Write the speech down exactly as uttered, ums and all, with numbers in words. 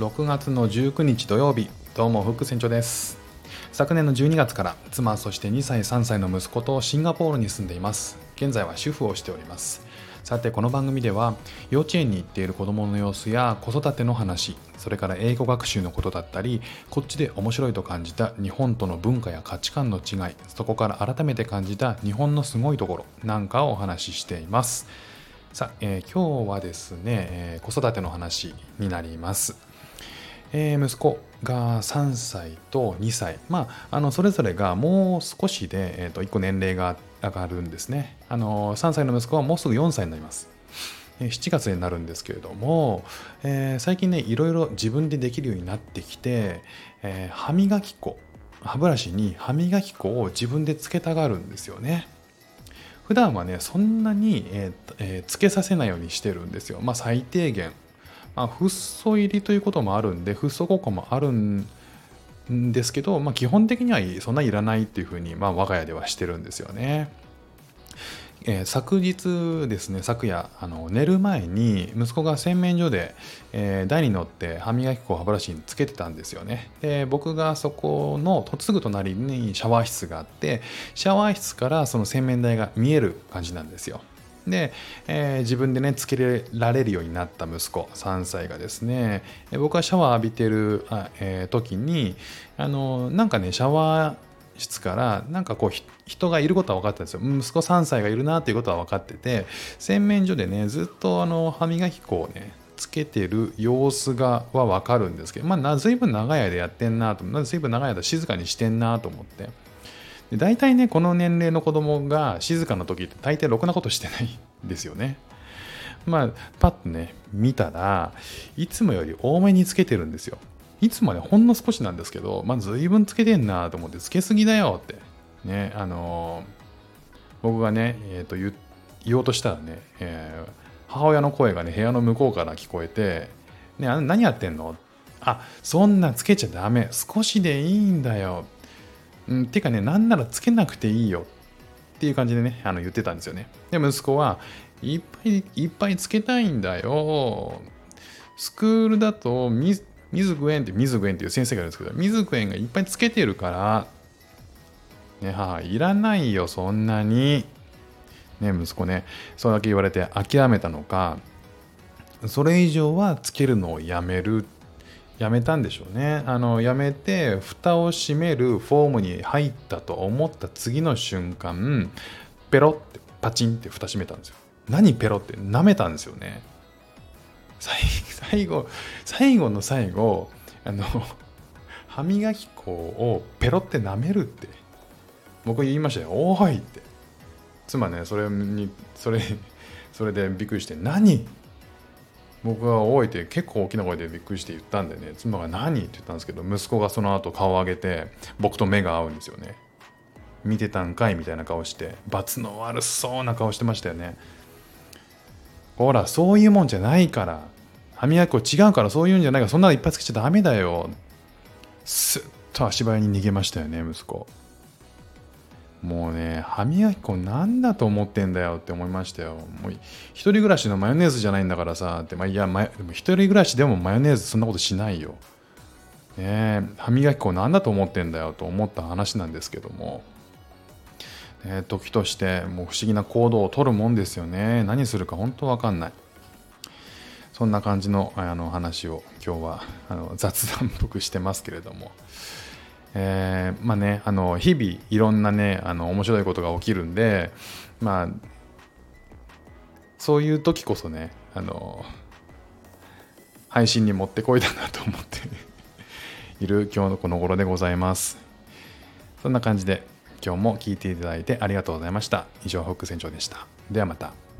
ろくがつのじゅうくにち土曜日、どうもフック船長です。昨年のじゅうにがつから妻、そしてにさいさんさいの息子とシンガポールに住んでいます。現在は主婦をしております。さて、この番組では幼稚園に行っている子どもの様子や子育ての話、それから英語学習のことだったり、こっちで面白いと感じた日本との文化や価値観の違い、そこから改めて感じた日本のすごいところなんかをお話ししています。さあ、えー今日はですね、えー子育ての話になります。えー息子がさんさいとにさい、まあ、あのそれぞれがもう少しで、えーといっこ年齢が上がるんですね。あのさんさいの息子はもうすぐよんさいになります。えーしちがつになるんですけれども、えー最近ね、いろいろ自分でできるようになってきて、えー歯磨き粉、歯ブラシに歯磨き粉を自分でつけたがるんですよね。普段はね、そんなに、えーえーつけさせないようにしてるんですよ。まあ、最低限。まあ、フッ素入りということもあるんで、フッ素効果もあるんですけど、まあ、基本的にはそんないらないっていうふうに、まあ、我が家ではしてるんですよね。えー昨日ですね、昨夜、あの寝る前に息子が洗面所で、えー台に乗って歯磨き粉を歯ブラシにつけてたんですよね。で、僕がそこのとすぐ隣にシャワー室があって、シャワー室からその洗面台が見える感じなんですよ。で、えー自分でね、つけられるようになった息子さんさいがですね、えー僕がシャワー浴びてるあ、えー時に、あのなんかね、シャワー室からなんかこうひ人がいることは分かったんですよ。息子さんさいがいるなっていうことは分かってて、洗面所でね、ずっとあの歯磨き粉をね、つけてる様子がは分かるんですけど、まあな、ずいぶん長い間やってんなと、ずいぶん長い間静かにしてんなと思って。で、大体ね、この年齢の子供が静かな時って大体ろくなことしてないんですよね。まあ、パッとね、見たらいつもより多めにつけてるんですよ。いつもね、ほんの少しなんですけど、まあ、随分つけてんなと思って、つけすぎだよって。ね、あのー僕がね、えーと言う、言おうとしたらね、えー母親の声がね、部屋の向こうから聞こえて、ね、あの何やってんの？あ、そんなつけちゃダメ。少しでいいんだよ。うん、てかね、なんならつけなくていいよっていう感じでね、あの言ってたんですよね。で、息子はいっぱいいっぱいつけたいんだよ。スクールだとミズグエンってミズグエンっていう先生がいるんですけど、ミズグエンがいっぱいつけてるから、ね、母、いらないよ、そんなに。ね、息子ね、それだけ言われて諦めたのか、それ以上はつけるのをやめる。やめたんでしょうね。あの、やめて、蓋を閉めるフォームに入ったと思った次の瞬間、ペロってパチンって蓋閉めたんですよ。何ペロって舐めたんですよね。最最後、最後の最後、あの、歯磨き粉をペロって舐めるって、僕言いましたよ。おーいって。妻ね、それに、それ、それでびっくりして、何？僕がおいって結構大きな声でびっくりして言ったんでね、妻が何って言ったんですけど、息子がその後顔を上げて、僕と目が合うんですよね。見てたんかいみたいな顔して、罰の悪そうな顔してましたよね。ほら、そういうもんじゃないから。歯磨き粉違うからそういうんじゃないから、そんなのいっぱいつけちゃダメだよ。スッと足早に逃げましたよね、息子。もうね、歯磨き粉なんだと思ってんだよって思いましたよ。もう一人暮らしのマヨネーズじゃないんだからさ、って、まあ、いや、ま、でも一人暮らしでもマヨネーズそんなことしないよ。ねえ、歯磨き粉なんだと思ってんだよと思った話なんですけども、ね、時としてもう不思議な行動を取るもんですよね。何するか本当わかんない。そんな感じのあの話を今日はあの雑談っぽくしてますけれども、えーまあね、あの日々いろんなね、あの面白いことが起きるんで、まあそういう時こそね、あの配信に持ってこいだなと思っている今日のこの頃でございます。そんな感じで今日も聞いていただいてありがとうございました。以上、フック船長でした。ではまた。